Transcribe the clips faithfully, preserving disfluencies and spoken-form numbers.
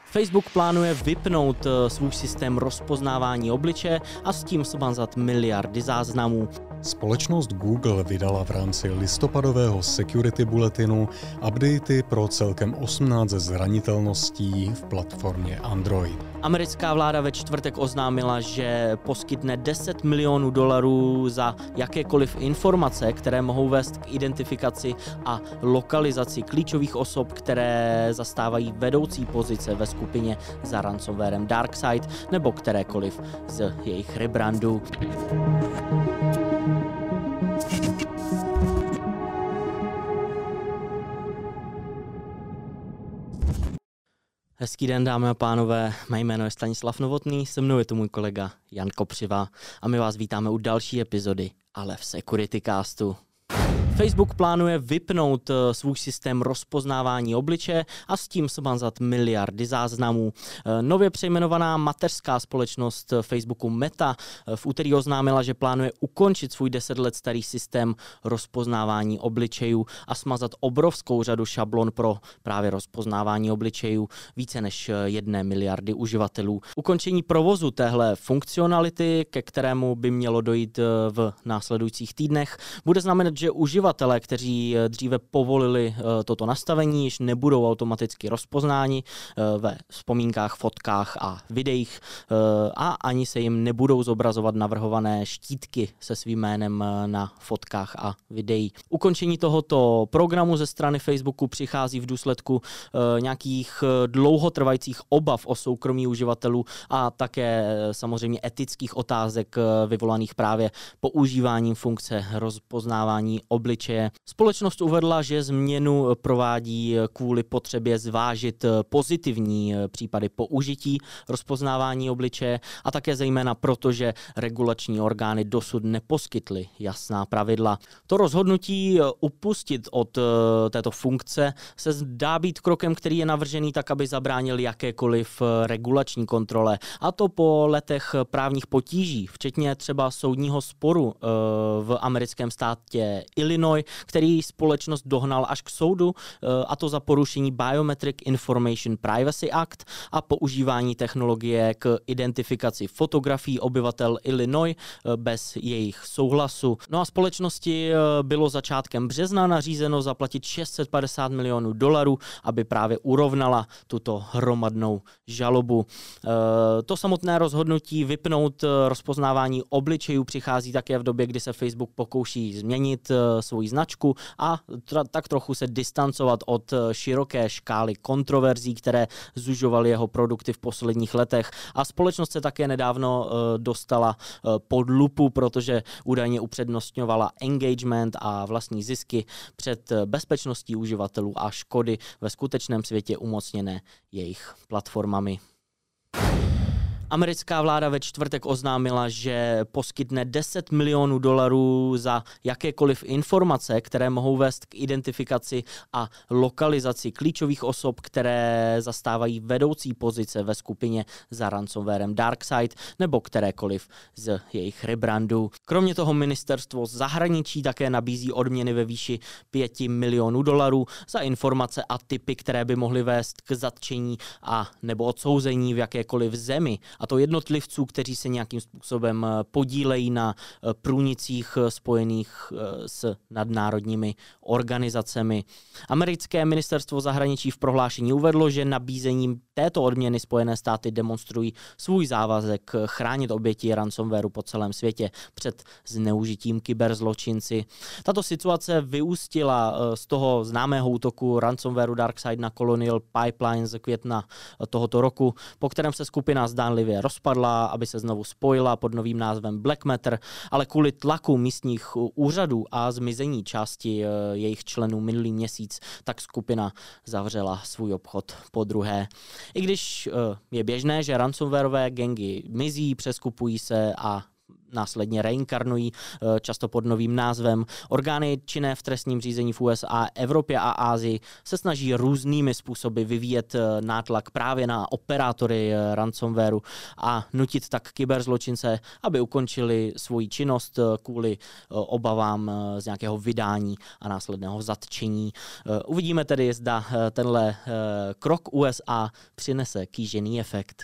Facebook plánuje vypnout svůj systém rozpoznávání obličeje a s tím smazat miliardy záznamů. Společnost Google vydala v rámci listopadového security bulletinu updaty pro celkem osmnáct zranitelností v platformě Android. Americká vláda ve čtvrtek oznámila, že poskytne deset milionů dolarů za jakékoliv informace, které mohou vést k identifikaci a lokalizaci klíčových osob, které zastávají vedoucí pozice ve skupině za ransomwarem DarkSide nebo kterékoliv z jejich rebrandů. Hezký den, dámy a pánové, mé jméno je Stanislav Novotný, se mnou je tu můj kolega Jan Kopřiva a my vás vítáme u další epizody, ale v SecurityCastu. Facebook plánuje vypnout svůj systém rozpoznávání obličeje a s tím smazat miliardy záznamů. Nově přejmenovaná mateřská společnost Facebooku Meta v úterý oznámila, že plánuje ukončit svůj deset let starý systém rozpoznávání obličejů a smazat obrovskou řadu šablon pro právě rozpoznávání obličejů více než jedné miliardy uživatelů. Ukončení provozu téhle funkcionality, ke kterému by mělo dojít v následujících týdnech, bude znamenat, že uživatelé Uživatelé, kteří dříve povolili toto nastavení, již nebudou automaticky rozpoznáni ve vzpomínkách, fotkách a videích a ani se jim nebudou zobrazovat navrhované štítky se svým jménem na fotkách a videí. Ukončení tohoto programu ze strany Facebooku přichází v důsledku nějakých dlouhotrvajících obav o soukromí uživatelů a také samozřejmě etických otázek vyvolaných právě používáním funkce rozpoznávání obličeje. Společnost uvedla, že změnu provádí kvůli potřebě zvážit pozitivní případy použití rozpoznávání obličeje a také zejména proto, že regulační orgány dosud neposkytly jasná pravidla. To rozhodnutí upustit od této funkce se zdá být krokem, který je navržený tak, aby zabránil jakékoliv regulační kontrole. A to po letech právních potíží, včetně třeba soudního sporu v americkém státě Illinois, který společnost dohnal až k soudu, a to za porušení Biometric Information Privacy Act a používání technologie k identifikaci fotografií obyvatel Illinois bez jejich souhlasu. No a společnosti bylo začátkem března nařízeno zaplatit šest set padesát milionů dolarů, aby právě urovnala tuto hromadnou žalobu. To samotné rozhodnutí vypnout rozpoznávání obličejů přichází také v době, kdy se Facebook pokouší změnit svoji značku a tra- tak trochu se distancovat od široké škály kontroverzí, které zužovaly jeho produkty v posledních letech. A společnost se také nedávno uh, dostala uh, pod lupu, protože údajně upřednostňovala engagement a vlastní zisky před bezpečností uživatelů a škody ve skutečném světě umocněné jejich platformami. Americká vláda ve čtvrtek oznámila, že poskytne deset milionů dolarů za jakékoliv informace, které mohou vést k identifikaci a lokalizaci klíčových osob, které zastávají vedoucí pozice ve skupině za ransomwarem DarkSide nebo kterékoliv z jejich rebrandů. Kromě toho ministerstvo zahraničí také nabízí odměny ve výši pět milionů dolarů za informace a tipy, které by mohly vést k zatčení a nebo odsouzení v jakékoliv zemi. A to jednotlivců, kteří se nějakým způsobem podílejí na průnicích spojených s nadnárodními organizacemi. Americké ministerstvo zahraničí v prohlášení uvedlo, že nabízením této odměny Spojené státy demonstrují svůj závazek chránit oběti ransomwareu po celém světě před zneužitím kyberzločinci. Tato situace vyústila z toho známého útoku ransomwareu DarkSide na Colonial Pipeline z května tohoto roku, po kterém se skupina zdánlivě rozpadla, aby se znovu spojila pod novým názvem Black Matter, ale kvůli tlaku místních úřadů a zmizení části jejich členů minulý měsíc, tak skupina zavřela svůj obchod po druhé. I když je běžné, že ransomwareové gangy mizí, přeskupují se a následně reinkarnují, často pod novým názvem. Orgány činné v trestním řízení v U S A, Evropě a Asii se snaží různými způsoby vyvíjet nátlak právě na operátory ransomwareu a nutit tak kyberzločince, aby ukončili svoji činnost kvůli obavám z nějakého vydání a následného zatčení. Uvidíme tedy, zda tenhle krok U S A přinese kýžený efekt.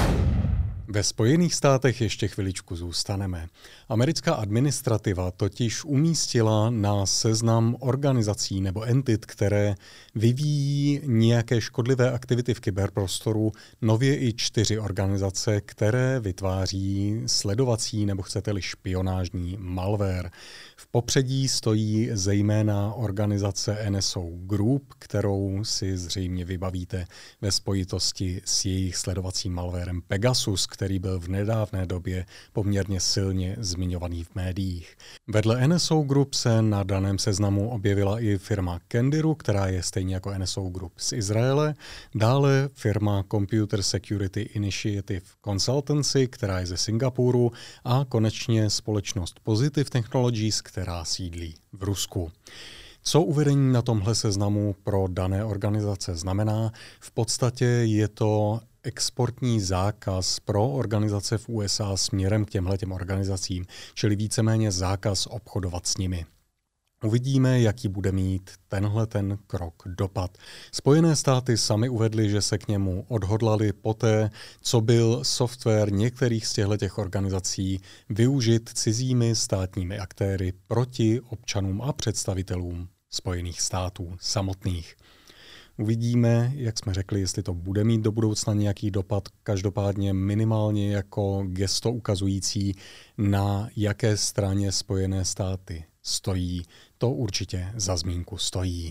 Ve Spojených státech ještě chviličku zůstaneme. Americká administrativa totiž umístila na seznam organizací nebo entit, které vyvíjí nějaké škodlivé aktivity v kyberprostoru, nově i čtyři organizace, které vytváří sledovací nebo chcete-li špionážní malware. V popředí stojí zejména organizace N S O Group, kterou si zřejmě vybavíte ve spojitosti s jejich sledovacím malwarem Pegasus, který byl v nedávné době poměrně silně zmiňovaný v médiích. Vedle N S O Group se na daném seznamu objevila i firma Candiru, která je stejně jako N S O Group z Izraele, dále firma Computer Security Initiative Consultancy, která je ze Singapuru, a konečně společnost Positive Technologies, která sídlí v Rusku. Co uvedení na tomhle seznamu pro dané organizace znamená? V podstatě je to exportní zákaz pro organizace v U S A směrem k těmhletěm organizacím, čili víceméně zákaz obchodovat s nimi. Uvidíme, jaký bude mít tenhle ten krok dopad. Spojené státy sami uvedly, že se k němu odhodlali poté, co byl software některých z těchto organizací využit cizími státními aktéry proti občanům a představitelům Spojených států samotných. Uvidíme, jak jsme řekli, jestli to bude mít do budoucna nějaký dopad, každopádně minimálně jako gesto ukazující, na jaké straně Spojené státy stojí. To určitě za zmínku stojí.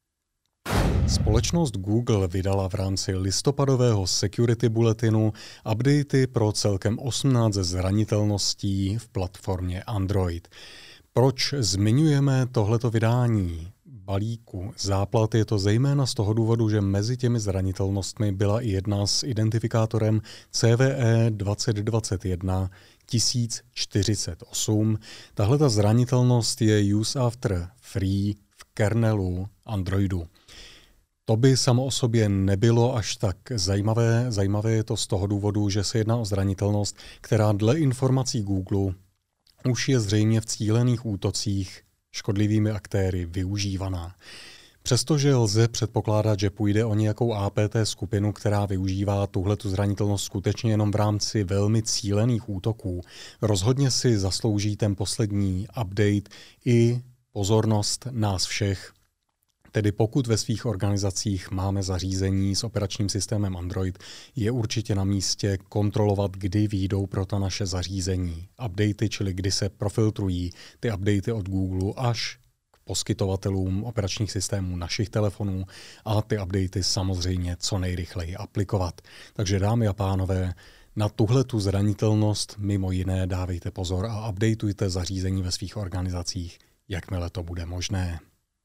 Společnost Google vydala v rámci listopadového security bulletinu updaty pro celkem osmnáct zranitelností v platformě Android. Proč zmiňujeme tohleto vydání balíku záplat? Je to zejména z toho důvodu, že mezi těmi zranitelnostmi byla i jedna s identifikátorem C V E dvacet dvacet jedna tisíc čtyřicet osm. Tahle ta zranitelnost je use after free v kernelu Androidu. To by samo o sobě nebylo až tak zajímavé. Zajímavé je to z toho důvodu, že se jedná o zranitelnost, která dle informací Google už je zřejmě v cílených útocích škodlivými aktéry využívaná. Přestože lze předpokládat, že půjde o nějakou A P T skupinu, která využívá tuhletu zranitelnost skutečně jenom v rámci velmi cílených útoků, rozhodně si zaslouží ten poslední update i pozornost nás všech. Tedy pokud ve svých organizacích máme zařízení s operačním systémem Android, je určitě na místě kontrolovat, kdy vyjdou pro ta naše zařízení updaty, čili kdy se profiltrují ty updaty od Google až k poskytovatelům operačních systémů našich telefonů a ty updaty samozřejmě co nejrychleji aplikovat. Takže dámy a pánové, na tuhletu zranitelnost mimo jiné dávejte pozor a updateujte zařízení ve svých organizacích, jakmile to bude možné.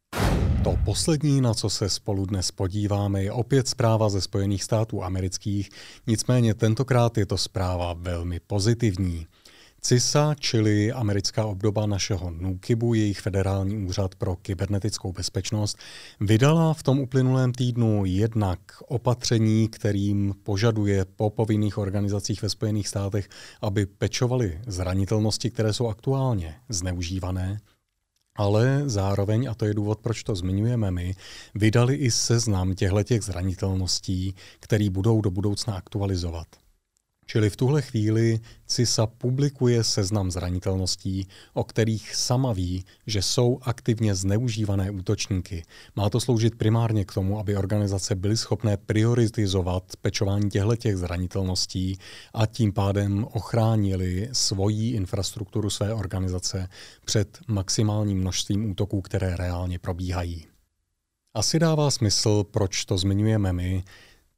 To poslední, na co se spolu dnes podíváme, je opět zpráva ze Spojených států amerických, nicméně tentokrát je to zpráva velmi pozitivní. C I S A, čili americká obdoba našeho NÚKIBu, jejich federální úřad pro kybernetickou bezpečnost, vydala v tom uplynulém týdnu jednak opatření, kterým požaduje po povinných organizacích ve Spojených státech, aby pečovali zranitelnosti, které jsou aktuálně zneužívané, ale zároveň, a to je důvod, proč to zmiňujeme my, vydali i seznam těchto zranitelností, které budou do budoucna aktualizovat. Čili v tuhle chvíli C I S A publikuje seznam zranitelností, o kterých sama ví, že jsou aktivně zneužívané útočníky. Má to sloužit primárně k tomu, aby organizace byly schopné prioritizovat pečování těchto zranitelností a tím pádem ochránili svoji infrastrukturu své organizace před maximálním množstvím útoků, které reálně probíhají. Asi dává smysl, proč to zmiňujeme my.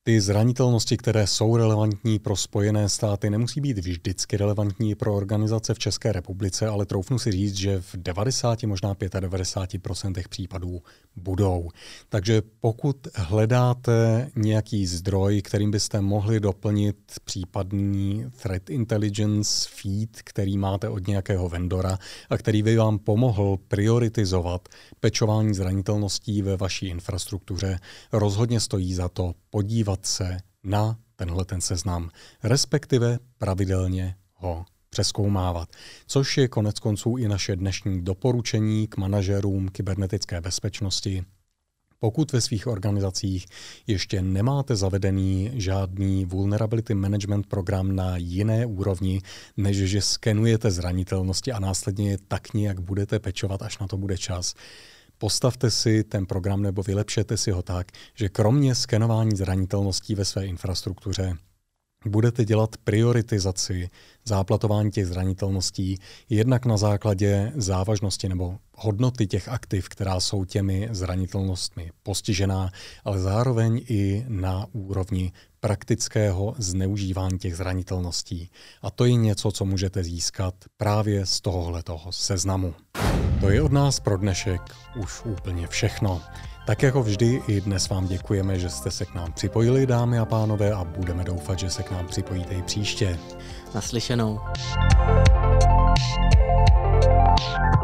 Ty zranitelnosti, které jsou relevantní pro Spojené státy, nemusí být vždycky relevantní pro organizace v České republice, ale troufnu si říct, že v devadesáti, možná devadesát pět procent případů budou. Takže pokud hledáte nějaký zdroj, kterým byste mohli doplnit případný threat intelligence feed, který máte od nějakého vendora a který by vám pomohl prioritizovat pečování zranitelností ve vaší infrastruktuře, rozhodně stojí za to podívat se na tenhle ten seznam, respektive pravidelně ho přezkoumávat. Což je konec konců i naše dnešní doporučení k manažerům kybernetické bezpečnosti. Pokud ve svých organizacích ještě nemáte zavedený žádný vulnerability management program na jiné úrovni, než že skenujete zranitelnosti a následně je tak nějak budete pečovat, až na to bude čas, postavte si ten program nebo vylepšete si ho tak, že kromě skenování zranitelností ve své infrastruktuře budete dělat prioritizaci záplatování těch zranitelností jednak na základě závažnosti nebo hodnoty těch aktiv, která jsou těmi zranitelnostmi postižená, ale zároveň i na úrovni praktického zneužívání těch zranitelností. A to je něco, co můžete získat právě z tohohletoho seznamu. To je od nás pro dnešek už úplně všechno. Tak jako vždy i dnes vám děkujeme, že jste se k nám připojili, dámy a pánové, a budeme doufat, že se k nám připojíte i příště. Naslyšenou.